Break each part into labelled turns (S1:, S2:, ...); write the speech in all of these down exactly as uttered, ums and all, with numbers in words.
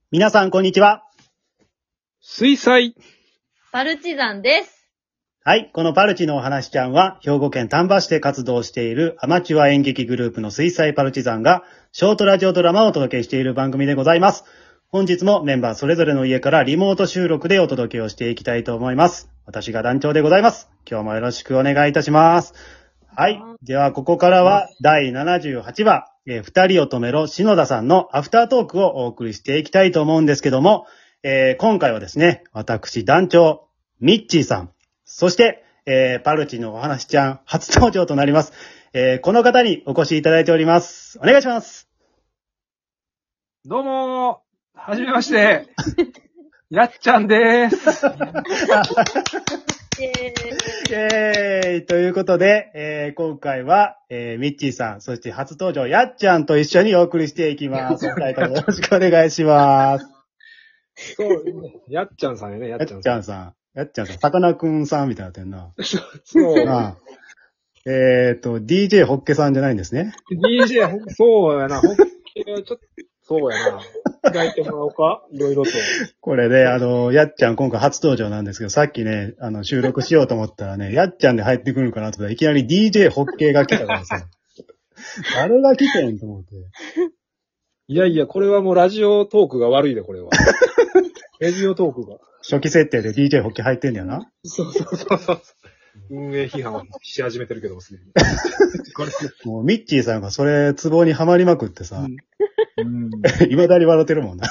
S1: 皆さん、こんにちは。
S2: 水彩。
S3: パルチザンです。
S1: はい。このパルチのお話ちゃんは、兵庫県丹波市で活動しているアマチュア演劇グループの水彩パルチザンが、ショートラジオドラマをお届けしている番組でございます。本日もメンバーそれぞれの家からリモート収録でお届けをしていきたいと思います。私が団長でございます。今日もよろしくお願いいたします。はい。では、ここからはだいななじゅうはちわ、えー、二人を止めろ篠田さんのアフタートークをお送りしていきたいと思うんですけども、えー、今回はですね、私団長、ミッチーさん、そして、えー、パルチのお話ちゃん初登場となります。えー、この方にお越しいただいております。お願いします。
S2: どうもー、はじめまして、やっちゃんでーす。
S3: イェーイ。
S1: イェーイということで、えー、今回は、えー、ミッチーさん、そして初登場、やっちゃんと一緒にお送りしていきます。お二人ともよろしくお願いします。
S2: そう、やっちゃんさんやね、やっちゃんさん。
S1: やっちゃんさん。やっちゃんさん。さかなクンさんみたいになってんな。
S2: そう。
S1: ああえっ、ー、と、ディージェー ホッケさんじゃないんですね。
S2: ディージェー、そうやな、ホッケはちょっと、そうやな。抱いてもらおうかいろいろと。
S1: これね、あの、やっちゃん今回初登場なんですけど、さっきね、あの、収録しようと思ったらね、やっちゃんで入ってくるかなと思ったらいきなり ディージェー ホッケが来たからさ。誰が来てんと思って。
S2: いやいや、これはもうラジオトークが悪いで、これは。ラジオトークが。
S1: 初期設定で ディージェー ホッケ入ってんだよな。
S2: そうそうそうそう。運営批判をし始めてるけども、すでに。これ
S1: もう、ミッチーさんがそれ、ツボにはまりまくってさ、
S2: うん。
S1: 未だに笑ってるもんな。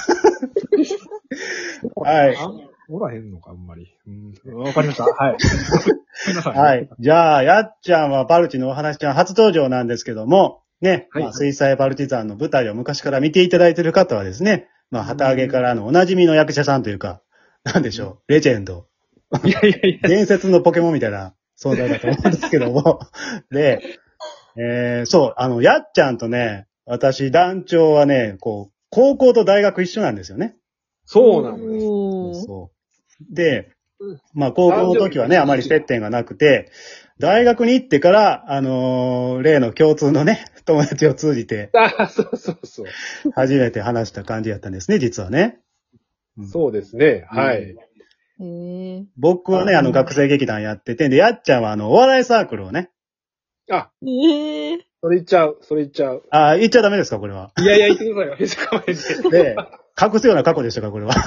S1: はい。
S2: おらへんのか、あんまり。うん。わかりました。はい。ごめんなさい。
S1: はい。じゃあ、やっちゃんはパルチのお話ちゃん初登場なんですけども、ね、
S2: はい
S1: まあ、水彩パルチザンの舞台を昔から見ていただいている方はですね、まあ、旗揚げからのお馴染みの役者さんというか、なんでしょう、レジェンド。
S2: いやいやいや。
S1: 伝説のポケモンみたいな存在だと思うんですけども。で、えー、そう、あの、やっちゃんとね、私、団長はね、こう、高校と大学一緒なんですよね。
S2: そうなのよ。
S3: おー。
S1: そう。で、まあ、高校の時はね、あまり接点がなくて、大学に行ってから、あのー、例の共通のね、友達を通じて、
S2: あ、そうそうそう。
S1: 初めて話した感じだったんですね、実はね。うん
S2: そうですね。はい。
S3: へー。
S1: 僕はね、あの、学生劇団やってて、で、やっちゃんはあの、お笑いサークルをね、
S2: あ、
S3: えー。
S2: それ言っちゃう。それ言っちゃう。
S1: あ、言っちゃダメですか、これは。
S2: いやいや、言ってくださいよ。別に構えて。
S1: で、隠すような過去でしたか、これは。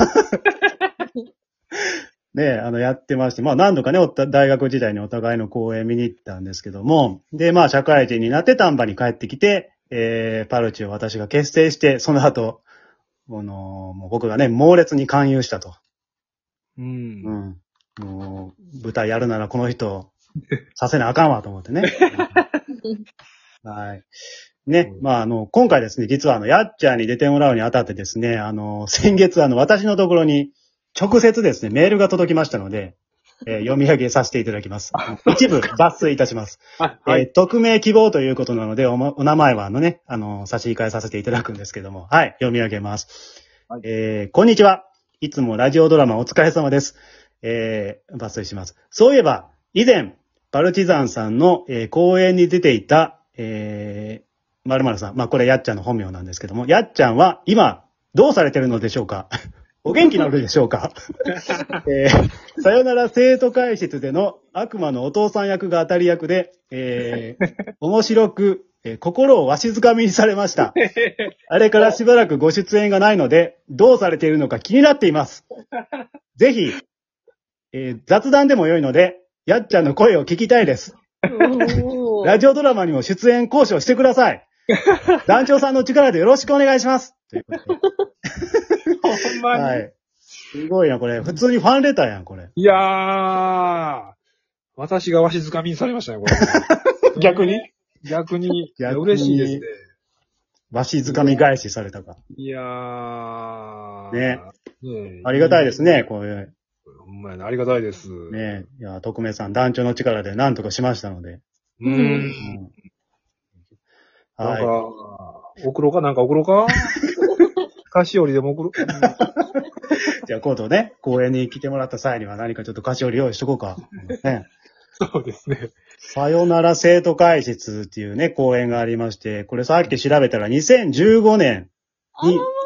S1: ねあの、やってまして、まあ何度かね、おった大学時代にお互いの公演見に行ったんですけども、で、まあ社会人になって丹波に帰ってきて、えー、パルチを私が結成して、その後、あのーもう僕がね、猛烈に勧誘したと。
S2: う。
S1: うんん。もう、舞台やるならこの人、させなあかんわと思ってね。はい。ね、まああの、今回ですね、実はあの、やっちゃんに出てもらうにあたってですね、あの、先月あの、私のところに、直接ですね、メールが届きましたので、えー読み上げさせていただきます。一部抜粋いたします。
S2: あ、はい。
S1: えー匿名希望ということなので、お,、ま、お名前はあのね、あの、差し控えさせていただくんですけども、はい、読み上げます。
S2: はい
S1: えーこんにちは。いつもラジオドラマお疲れ様です。えー抜粋します。そういえば、以前、パルチザンさんの、えー公演に出ていた、えー、〇〇さん。まあ、これやっちゃんの本名なんですけども、やっちゃんは今、どうされてるのでしょうかお元気なのでしょうか、えー、さよなら生徒会室での悪魔のお父さん役が当たり役で、えー、面白く、えー心をわしづかみにされました。あれからしばらくご出演がないので、どうされているのか気になっています。ぜひ、えー雑談でも良いので、やっちゃんの声を聞きたいです。
S3: おー。
S1: ラジオドラマにも出演交渉してください。団長さんの力でよろしくお願いします。ということで
S2: ほんまに。、
S1: はいい。すごいな、これ。普通にファンレターやん、これ。
S2: やー、私がわしづかみにされましたね、これ。
S1: 逆に
S2: 逆に。いや
S1: 逆に
S2: 嬉しいですね。
S1: わしづかみ返しされたか。
S2: いやー。
S1: ね
S2: ねえ
S1: ありがたいですね、こういう。
S2: ほんまやね、ありがたいです。
S1: ねいや、徳明さん、団長の力で何とかしましたので。
S2: うーん。
S1: うん
S2: なんか、
S1: は
S2: 送ろうかなんか送ろうか菓子折りでも送ろう。
S1: い。じゃあ、今度ね、公園に来てもらった際には何かちょっと菓子折り用意しとこうか。ね
S2: そうですね。
S1: さよなら生徒会室っていうね、公演がありまして、これさっき調べたらにせんじゅうごねんに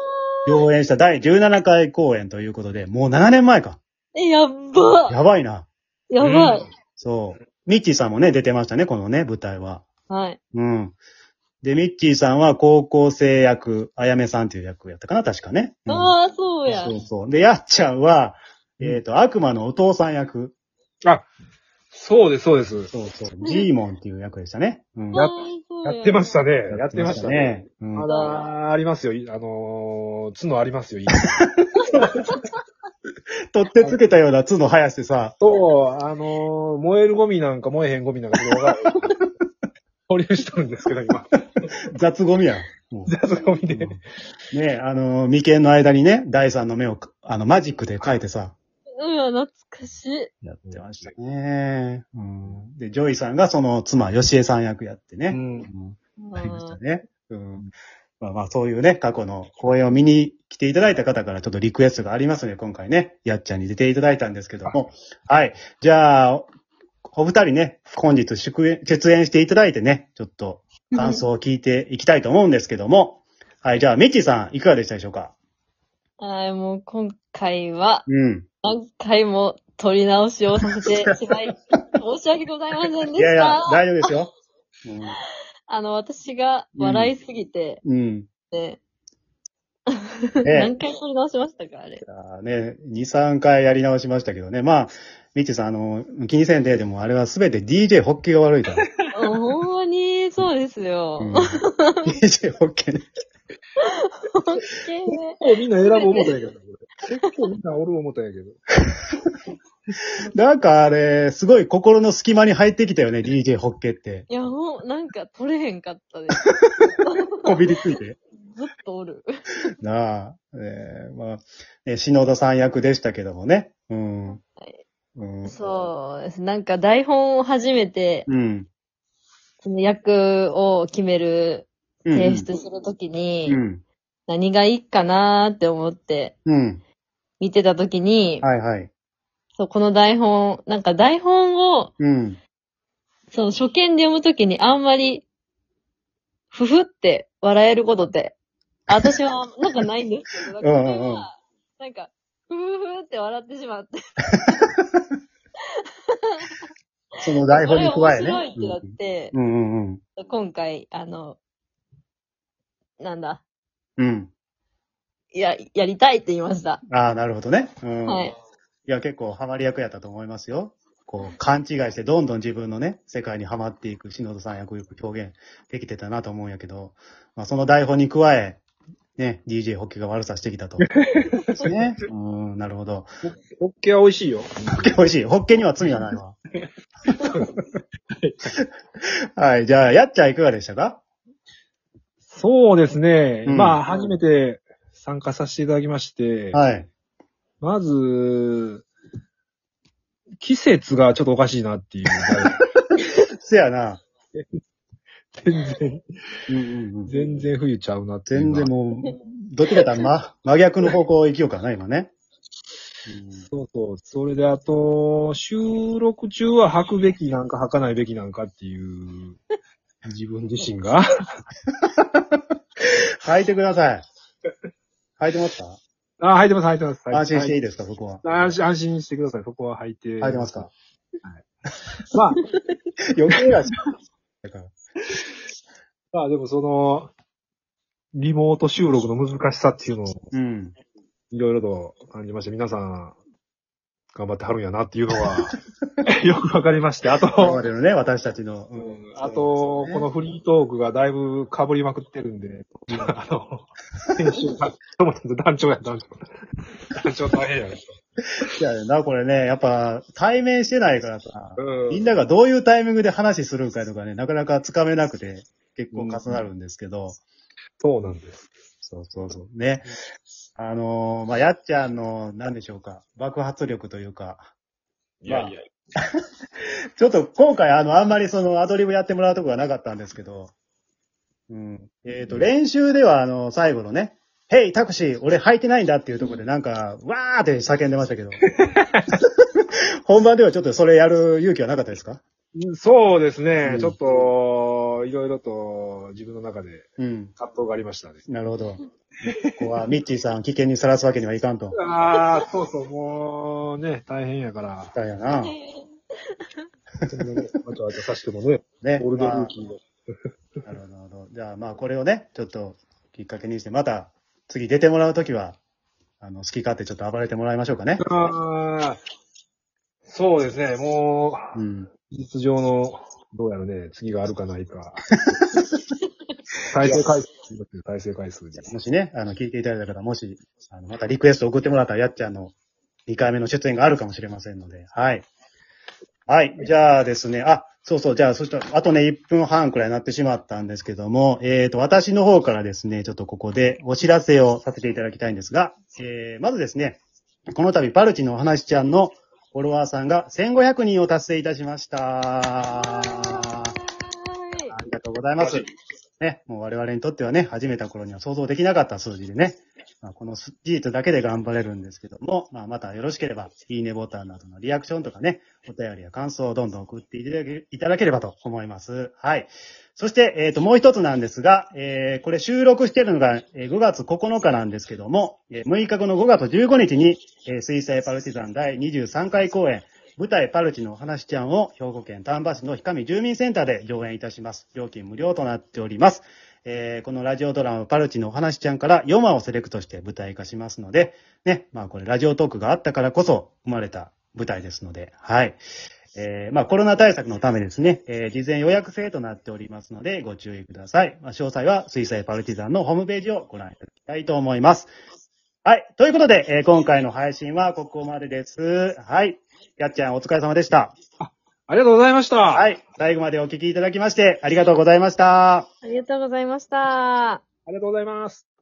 S1: 上演しただいじゅうななかい公演ということで、もうななねんまえか。
S3: え、やっば。
S1: やばいな。
S3: やばい。
S1: そう。ミッチーさんもね、出てましたね、このね、舞台は。
S3: はい。
S1: うん。で、ミッチーさんは高校生役、あやめさんっていう役やったかな、確かね。うん、
S3: ああ、そうや。
S1: そうそう。で、やっちゃんは、えっ、と、悪魔のお父さん役。
S2: あ、そうです、そうです。
S1: そうそう。ジーモンっていう役でしたね。うん。
S2: や
S3: あーそう
S2: やってましたね。やって
S1: まし
S2: ましたたね。
S1: ね。うん
S2: ま。だ、ありますよ。いあのー、角ありますよ。いい
S1: 取ってつけたような角生やしてさ。
S2: そう、あのー、燃えるゴミなんか燃えへんゴミなんか動画保留しとるんですけど、今。
S1: 雑ゴミやん。もう
S2: 雑ゴミで。
S1: ねえ、あの、眉間の間にね、第三の目を、あの、マジックで描いてさ、
S3: うわ、懐かしい。
S1: やってましたね。うん。で、ジョイさんがその妻、ヨシエさん役やってね。
S2: うん。
S1: うん
S3: あ
S1: ありました
S3: ー
S1: ね。うん。まあまあ、そういうね、過去の公演を見に来ていただいた方からちょっとリクエストがありますので、今回ね、やっちゃんに出ていただいたんですけども。はい。じゃあ、お二人ね、本日出演、出演していただいてね、ちょっと感想を聞いていきたいと思うんですけども。はい。じゃあ、ミッチーさん、いかがでしたでしょうか？
S3: はい、もう今回は
S1: うん。
S3: 何回も撮り直しをさせてしまい、申し訳ございませんでした。
S1: いやいや、大丈夫ですよ。
S3: あの、私が笑いすぎて、
S1: うん。うん。
S3: ね、
S1: ね
S3: 何回撮り直しましたか、あれ。
S1: じゃあね、に、さんかいやり直しましたけどね。まあ、ミッチーさん、あの、気にせんで、でもあれはすべて ディージェー ホッケが悪いから。
S3: ほんまに、そうですよ。
S1: うん、ディージェー ホッケね。
S3: ホッケ
S2: 結構みんな選ぶ思ったんやけど。結構みんなおる思ったんやけど。
S1: なんかあれ、すごい心の隙間に入ってきたよね、ディージェー ホッケって。
S3: いや、もう、なんか撮れへんかったです。
S1: こびりついて。
S3: ずっとおる。
S1: なあ、えー、まあ、ね、篠田さん役でしたけどもね。うん。
S3: はい
S1: うん。
S3: そうです。なんか台本を初めて、
S1: うん。
S3: その役を決める、
S1: うん。
S3: 提出するときに、
S1: うん。
S3: 何がいいかなーって思って
S1: うん。
S3: 見てたときに、
S1: はいはい。
S3: そう、この台本、なんか台本を、
S1: うん。
S3: その初見で読むときにあんまり、ふふって笑えることって、私はなんかないんですけど、これ
S1: うんうんうん
S3: は、なんか、ふふふって笑ってしまって、
S1: その台本に加えね。
S3: これ面白いってなって、
S1: うんうんうん。
S3: 今回、あの、なんだ、
S1: うん。
S3: や、やりたいって言いました。
S1: ああ、なるほどね。うん。
S3: はい。
S1: いや、結構ハマり役やったと思いますよ。こう、勘違いしてどんどん自分のね、世界にはまっていく篠田さん役をよく表現できてたなと思うんやけど、まあ、その台本に加え、ね、ディージェー ホッケが悪さしてきたと。ですね。うん、なるほど。
S2: ホッケは美味しいよ。
S1: ホッケ美味しい。ホッケには罪はないわ。はい、じゃあ、やっちゃんいかがでしたか？
S2: そうですね。
S1: うん
S2: まあ、初めて参加させていただきまして、
S1: はい。
S2: まず、季節がちょっとおかしいなっていう。
S1: せやな。
S2: 全然、
S1: うんうんうん。
S2: 全然冬ちゃうなっていう
S1: 全
S2: のは。
S1: 然もう、どっちかというと真、真逆の方向行きようかな、今ね。
S2: そうそう。それであと、収録中は履くべきなんか履かないべきなんかっていう、自分自身が。
S1: 履いてください。履いてますか？
S2: あ、履いてます、履いてます。
S1: 安心していい
S2: で
S1: ですか、そこは。
S2: 安心、安心してください。そこは履いて。
S1: 履いてますか？
S2: まあ、
S1: 余計やし。だから。
S2: まあでもその、リモート収録の難しさっていうのを
S1: うん。
S2: いろいろと感じまして、皆さん頑張ってはるんやなっていうのはよくわかりまして、あと、
S1: 今までのね、私たちの。
S2: うんあと、このフリートークがだいぶ被りまくってるんで、あの、編集が、と思ったんです団長や、団長。団長大変やね。
S1: いや、な、これね、やっぱ、対面してないからさ、
S2: うん
S1: みんながどういうタイミングで話するかとかね、なかなかつかめなくて、結構重なるんですけど、
S2: そうなんです。
S1: そうそうそう。ね。あのー、まあ、やっちゃんの、なんでしょうか、爆発力というか、
S2: いやいや。
S1: ちょっと今回あの、あんまりそのアドリブやってもらうとこがなかったんですけど、うん。えっ、と、練習ではあの、最後のね、ヘイタクシー、俺履いてないんだっていうところでなんか、わーって叫んでましたけど、本番ではちょっとそれやる勇気はなかったですか？
S2: そうですね、
S1: うん
S2: ちょっと、いろいろと自分の中で
S1: うん。
S2: 葛藤がありましたね。
S1: なるほど。ここはミッチーさん危険にさらすわけにはいかんと。
S2: ああ、そうそう、もうね、大変やから。
S1: だよな。
S2: そんなね、わちゃわちゃさしてもね、
S1: ね。
S2: オールドル
S1: まあ
S2: ーキーの。
S1: なるほど、なるほど。じゃあまあこれをね、ちょっときっかけにして、また次出てもらうときは、あの、好き勝手ちょっと暴れてもらいましょうかね。
S2: ああ、そうですね、もう、
S1: うん。
S2: 事実上の、どうやらね、次があるかないか。再生回数、再生回数に。
S1: もしね、あの、聞いていただいた方、もし、あの、またリクエスト送ってもらったら、やっちゃんのにかいめの出演があるかもしれませんので、はい。はい。じゃあですね、あ、そうそう、じゃあ、そしたら、あとね、いっぷんはんくらいになってしまったんですけども、えっと、私の方からですね、ちょっとここでお知らせをさせていただきたいんですが、えー、まずですね、この度、パルチのお話ちゃんのフォロワーさんがせんごひゃくにんを達成いたしました。ありがとうございます。ね、もう我々にとってはね、始めた頃には想像できなかった数字でね、まあ、この事実だけで頑張れるんですけども、まあ、またよろしければ、いいねボタンなどのリアクションとかね、お便りや感想をどんどん送っていただけいただければと思います。はい。そして、えっと、もう一つなんですが、えー、これ収録しているのがえーごがつここのかなんですけども、えーむいかごのごがつじゅうごにちに、えー、水彩パルチザンだいにじゅうさんかい公演、舞台パルチのお話ちゃんを兵庫県丹波市の氷上住民センターで上演いたします。料金無料となっております。えー、このラジオドラマパルチのお話ちゃんからよんわをセレクトして舞台化しますので、ね、まあこれラジオトークがあったからこそ生まれた舞台ですので、はい。えー、まあコロナ対策のためですね、えー、事前予約制となっておりますのでご注意ください。まあ、詳細は水彩パルチザンのホームページをご覧いただきたいと思います。はい。ということで、えー、今回の配信はここまでです。はい。やっちゃんお疲れ様でした。
S2: ありがとうございました。
S1: はい。最後までお聞きいただきましてありがとうございました。
S3: ありがとうございました。
S2: ありがとうございます。